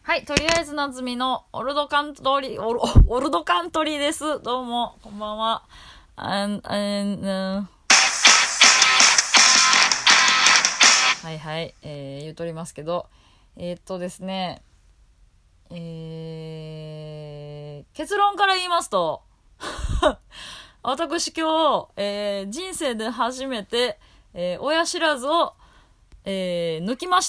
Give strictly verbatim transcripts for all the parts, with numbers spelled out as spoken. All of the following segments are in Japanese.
はい、とりあえずなずみのオルドカントリー、オル、オルドカントリーです。どうも、こんばんは。あん、あん、うんはいはい、えー、言うとりますけど、えー、っとですね、えー、結論から言いますと、私今日、えー、人生で初めて、えー、親知らずを、えー、抜きました。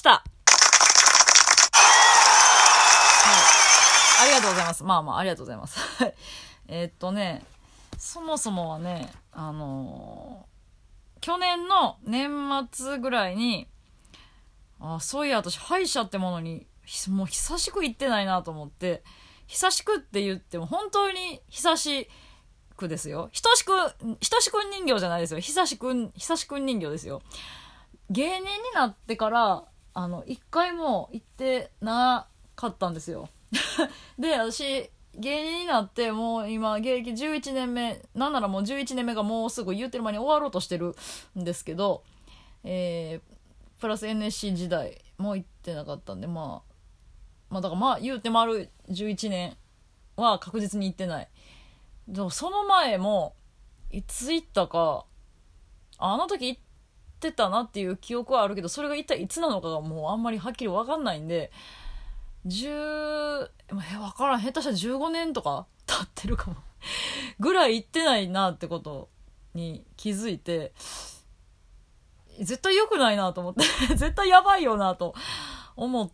ありがとうございます。まあまあ、ありがとうございます。えーっとね、そもそもはね、あのー、去年の年末ぐらいに、あ、そういや、私、歯医者ってものに、もう久しく行ってないなと思って、久しくって言っても、本当に久しくですよ。等しく、等しくん人形じゃないですよ。久しくん、久しくん人形ですよ。芸人になってから、あの、一回も行ってなかったんですよ。で、私、芸人になってもう今芸歴じゅういちねんめ、なんならもうじゅういちねんめがもうすぐ言ってる間に終わろうとしてるんですけど、えー、プラス エヌエスシー 時代も行ってなかったんで、まあ、まあだからまあ言うて丸じゅういちねんは確実に行ってない。でもその前も、いつ行ったか、あの時行ってたなっていう記憶はあるけど、それが一体いつなのかがもうあんまりはっきりわかんないんで、じゅう、え、わからん。下手したらじゅうごねんとか経ってるかも。ぐらい行ってないなってことに気づいて、絶対良くないなと思って、絶対やばいよなと思って、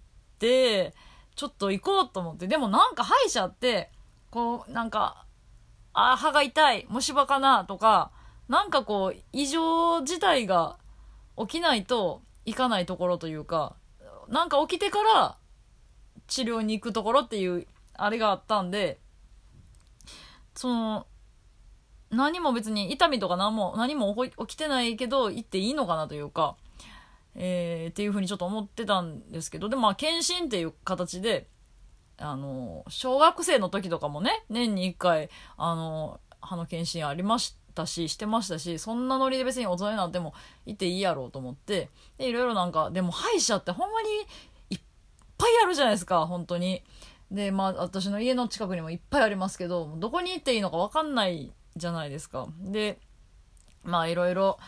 ちょっと行こうと思って。でもなんか歯医者って、こう、なんか、あ、歯が痛い、虫歯かなとか、なんかこう、異常事態が起きないといかないところというか、なんか起きてから治療に行くところっていうあれがあったんで、その何も別に痛みとか何も何も起きてないけど行っていいのかなというか、えー、っていうふうにちょっと思ってたんですけど、でもまあ検診っていう形で、あの小学生の時とかもね、年にいっかいあの歯の検診ありましたし、してましたし、そんなノリで別に大人になっても行っていいやろうと思って、でいろいろなんか、でも歯医者ってほんまにいっぱいあるじゃないですか、本当に。でまあ私の家の近くにもいっぱいありますけど、どこに行っていいのか分かんないじゃないですか。でまあいろいろ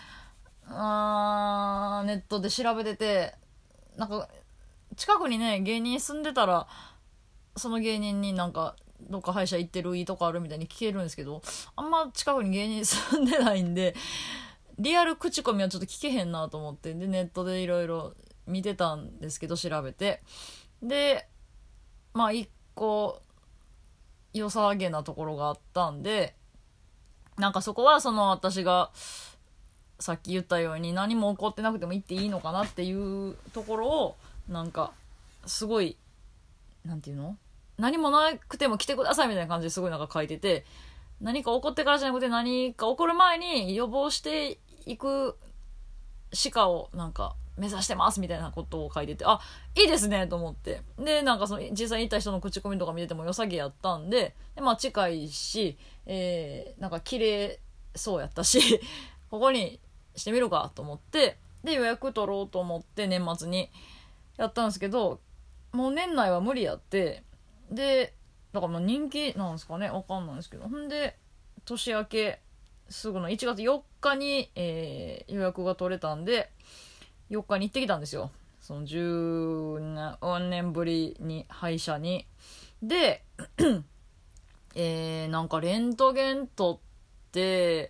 あーネットで調べてて、なんか近くにね芸人住んでたら、その芸人になんかどっか歯医者行ってるいいとこあるみたいに聞けるんですけど、あんま近くに芸人住んでないんでリアル口コミはちょっと聞けへんなと思って、でネットでいろいろ見てたんですけど、調べて、でまあ一個良さげなところがあったんで、なんかそこはその私がさっき言ったように何も起こってなくても行っていいのかなっていうところを、なんかすごい、なんていうの、何もなくても来てくださいみたいな感じですごいなんか書いてて、何か起こってからじゃなくて何か起こる前に予防していく歯科をなんか目指してますみたいなことを書いてて、あ、いいですねと思って、でなんかその実際に行った人の口コミとか見てても良さげやったんで、でまあ近いし、えー、なんか綺麗そうやったしここにしてみるかと思って、で予約取ろうと思って年末にやったんですけど、もう年内は無理やって、でだからまあ人気なんですかね、わかんないですけど、ほんで年明けすぐのいちがつよっかに、えー、予約が取れたんでよっかに行ってきたんですよ、そのじゅうねんぶりに歯医者に。でえー、なんかレントゲン取って、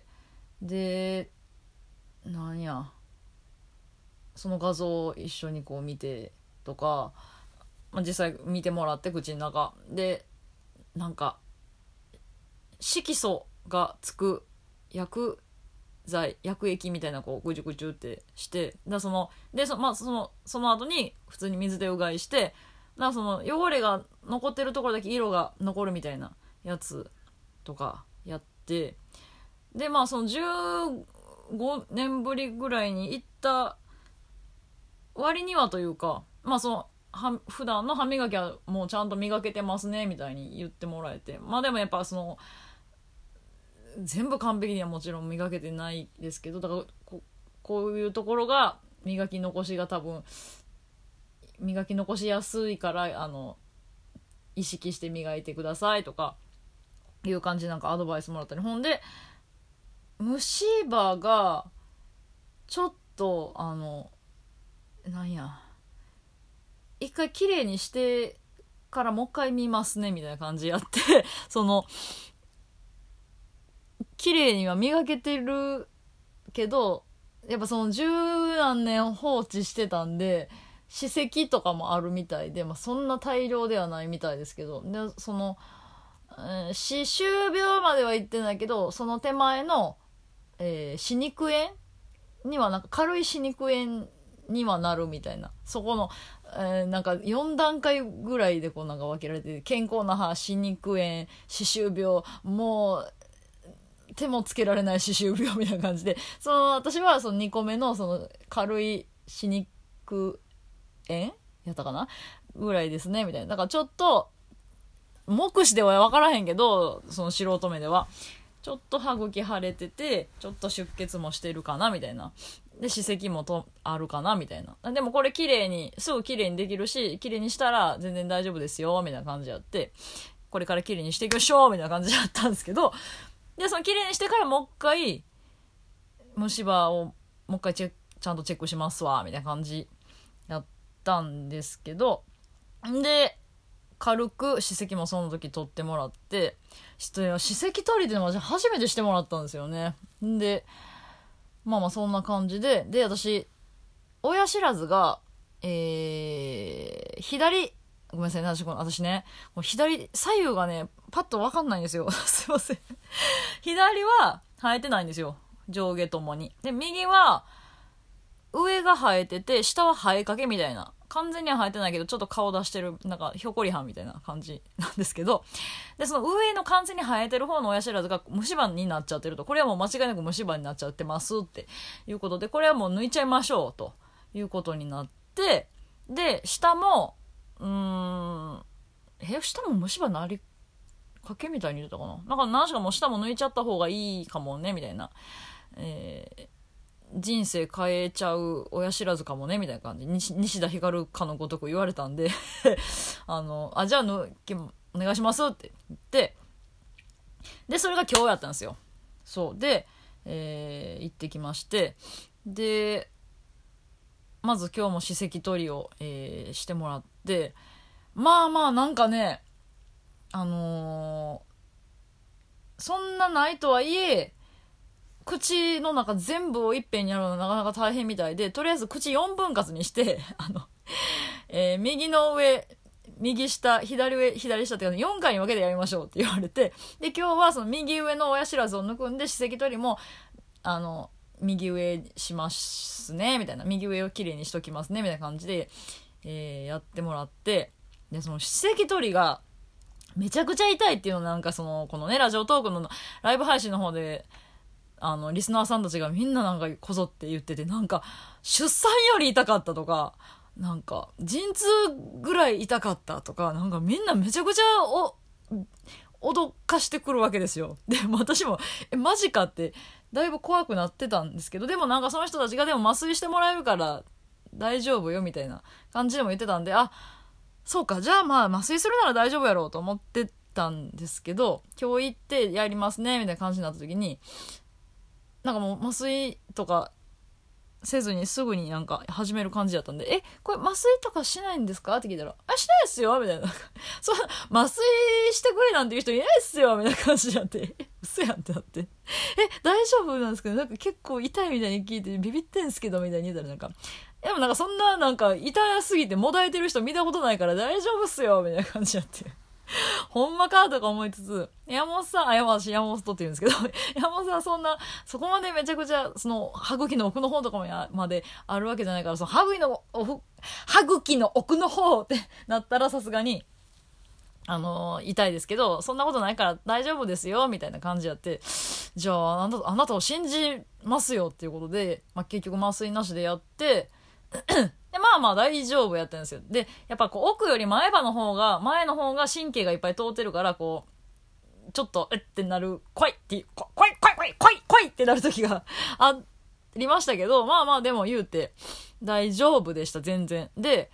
でなんやその画像を一緒にこう見てとか、まあ、実際見てもらって口の中でなんか色素がつく薬剤薬液みたいなこうぐちゅぐちゅってして、だそのでそ,、まあ、そのその後に普通に水でうがいして、だその汚れが残ってるところだけ色が残るみたいなやつとかやって、でまあそのじゅうごねんぶりぐらいに行った割にはというか、まあそのは普段の歯磨きはもうちゃんと磨けてますねみたいに言ってもらえて、まあでもやっぱその全部完璧にはもちろん磨けてないですけど、だから こ, こういうところが磨き残しが多分磨き残しやすいから、あの意識して磨いてくださいとかいう感じなんかアドバイスもらったり、ほんで虫歯がちょっとあのなんや一回綺麗にしてからもう一回見ますねみたいな感じやってその綺麗には磨けてるけどやっぱその十何年放置してたんで歯石とかもあるみたいで、まあ、そんな大量ではないみたいですけど、でその、えー、歯周病までは言ってないけどその手前の、えー、歯肉炎にはなんか軽い歯肉炎にはなるみたいな、そこの、えー、なんかよん段階ぐらいでこうなんか分けられて、健康な歯、歯肉炎、歯周病、もう手もつけられない歯周病みたいな感じで、その私はそのにこめのその軽い歯肉炎やったかなぐらいですねみたいな。だからちょっと目視では分からへんけど、その素人目ではちょっと歯茎腫れててちょっと出血もしてるかなみたいな、で歯石もとあるかなみたいな、でもこれ綺麗にすぐ綺麗にできるし綺麗にしたら全然大丈夫ですよみたいな感じやって、これから綺麗にしていきましょうみたいな感じだったんですけど、でその綺麗にしてからもう一回虫歯をもう一回チェちゃんとチェックしますわみたいな感じやったんですけど、で軽く歯石もその時取ってもらって、歯石取りっていうのは初めてしてもらったんですよね。でまあまあそんな感じで、で私親知らずがえー、左ごめんなさいね、私この私ね左左右がねパッと分かんないんですよすいません左は生えてないんですよ、上下ともに。で右は上が生えてて下は生えかけみたいな、完全には生えてないけどちょっと顔出してるなんかひょこりはんみたいな感じなんですけど、でその上の完全に生えてる方の親知らずが虫歯になっちゃってると、これはもう間違いなく虫歯になっちゃってますっていうことで、これはもう抜いちゃいましょうということになって、で下もうーんえ下も虫歯なりかけみたいに言ってたかな、なんか何しかもう下も抜いちゃった方がいいかもねみたいな、えー人生変えちゃう親知らずかもねみたいな感じ、西西田ひかるかのごとく言われたんであのあじゃあのお願いしますって言って、でそれが今日やったんですよ。そうで、えー、行ってきまして、でまず今日も歯石取りを、えー、してもらって、まあまあなんかねあのー、そんなないとはいえ口の中全部をいっぺんにやるのはなかなか大変みたいで、とりあえず口よんぶん割にしてあの、えー、右の上右下左上左下っていうかよんかいに分けてやりましょうって言われて、で今日はその右上の親知らずを抜くんで歯石取りもあの右上しますねみたいな、右上をきれいにしときますねみたいな感じで、えー、やってもらって、でその歯石取りがめちゃくちゃ痛いっていうのをなんかそのこのねラジオトークのライブ配信の方であのリスナーさんたちがみんななんかこぞって言ってて、なんか出産より痛かったとか、なんか陣痛ぐらい痛かったとか、なんかみんなめちゃくちゃお脅かしてくるわけですよ。で私もえマジかってだいぶ怖くなってたんですけど、でもなんかその人たちがでも麻酔してもらえるから大丈夫よみたいな感じでも言ってたんで、あそうかじゃあまあ麻酔するなら大丈夫やろうと思ってたんですけど、今日行ってやりますねみたいな感じになった時に、なんかもう麻酔とかせずにすぐになんか始める感じだったんで、えこれ麻酔とかしないんですかって聞いたら、あしないっすよみたいなそう麻酔してくれなんていう人いないっすよみたいな感じになって、え嘘やんってなって、え大丈夫なんですけどなんか結構痛いみたいに聞いてビビってんすけどみたいに言ったら、なんかでもなんかそんななんか痛すぎてもだえてる人見たことないから大丈夫っすよみたいな感じになってほんまかとか思いつつ、山本さん、あ、山本、山本って言うんですけど、山本さんそんな、そこまでめちゃくちゃ、その、歯茎の奥の方とかもやまであるわけじゃないから、その歯茎の、歯茎の奥の方ってなったらさすがに、あのー、痛いですけど、そんなことないから大丈夫ですよ、みたいな感じやって、じゃあ、あなた、あなたを信じますよっていうことで、まあ、結局麻酔なしでやって、でまあまあ大丈夫やったんですよ。でやっぱこう奥より前歯の方が前の方が神経がいっぱい通ってるから、こうちょっとえってなる怖いって怖い怖い怖い怖い怖いってなる時がありましたけど、まあまあでも言うて大丈夫でした全然で、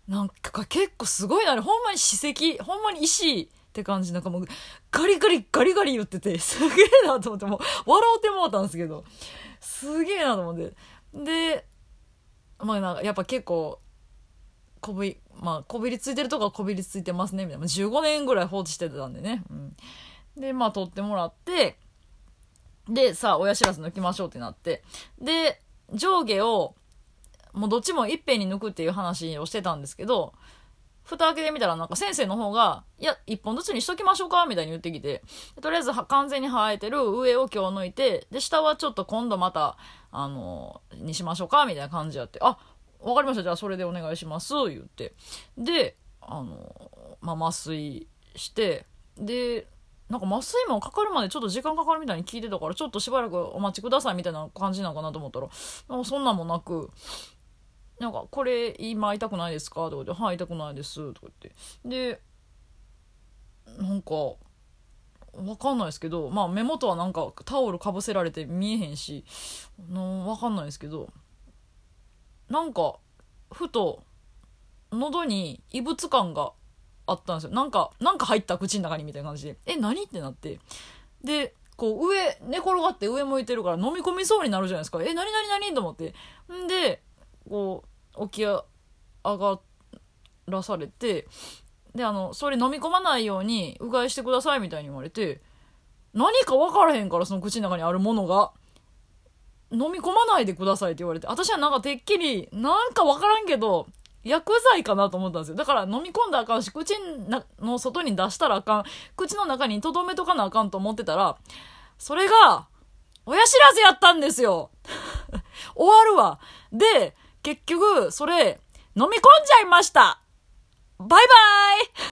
なんか結構すごいな、あれほんまに史跡、ほんまに石って感じ、なんかもうガリガリガリガリ言ってて、すげえなと思って、もう笑うてもうたんですけど、すげえなと思って。で、まあなんかやっぱ結構、こび、まあこびりついてるとこはこびりついてますね、みたいな。じゅうごねんぐらい放置してたんでね。うん。で、まあ撮ってもらって、で、さあ親知らず抜きましょうってなって、で、上下を、もうどっちもいっぺんに抜くっていう話をしてたんですけど、蓋開けてみたらなんか先生の方が、いや、一本ずつにしときましょうかみたいに言ってきて、とりあえず完全に生えてる上を今日抜いて、で、下はちょっと今度また、あの、にしましょうかみたいな感じやって、あ、わかりました、じゃあそれでお願いします、言って。で、あの、まあ、麻酔して、で、なんか麻酔もかかるまでちょっと時間かかるみたいに聞いてたから、ちょっとしばらくお待ちくださいみたいな感じなのかなと思ったら、なんかそんなんもなく、なんか、これ今痛くないですかとか言って、はい、痛くないです。とか言って。で、なんか、わかんないですけど、まあ目元はなんかタオルかぶせられて見えへんし、のわかんないですけど、なんか、ふと、喉に異物感があったんですよ。なんか、なんか入った口の中にみたいな感じで、え、何ってなって。で、こう上、寝転がって上向いてるから飲み込みそうになるじゃないですか。え、何何何と思って。んで、こう、起き上がらされて、で、あの、それ飲み込まないようにうがいしてくださいみたいに言われて、何か分からへんからその口の中にあるものが、飲み込まないでくださいって言われて、私はなんかてっきり、なんか分からんけど、薬剤かなと思ったんですよ。だから飲み込んだらあかんし、口の外に出したらあかん。口の中に留めとかなあかんと思ってたら、それが、親知らずやったんですよ。終わるわ。で、結局、それ、飲み込んじゃいました。バイバイ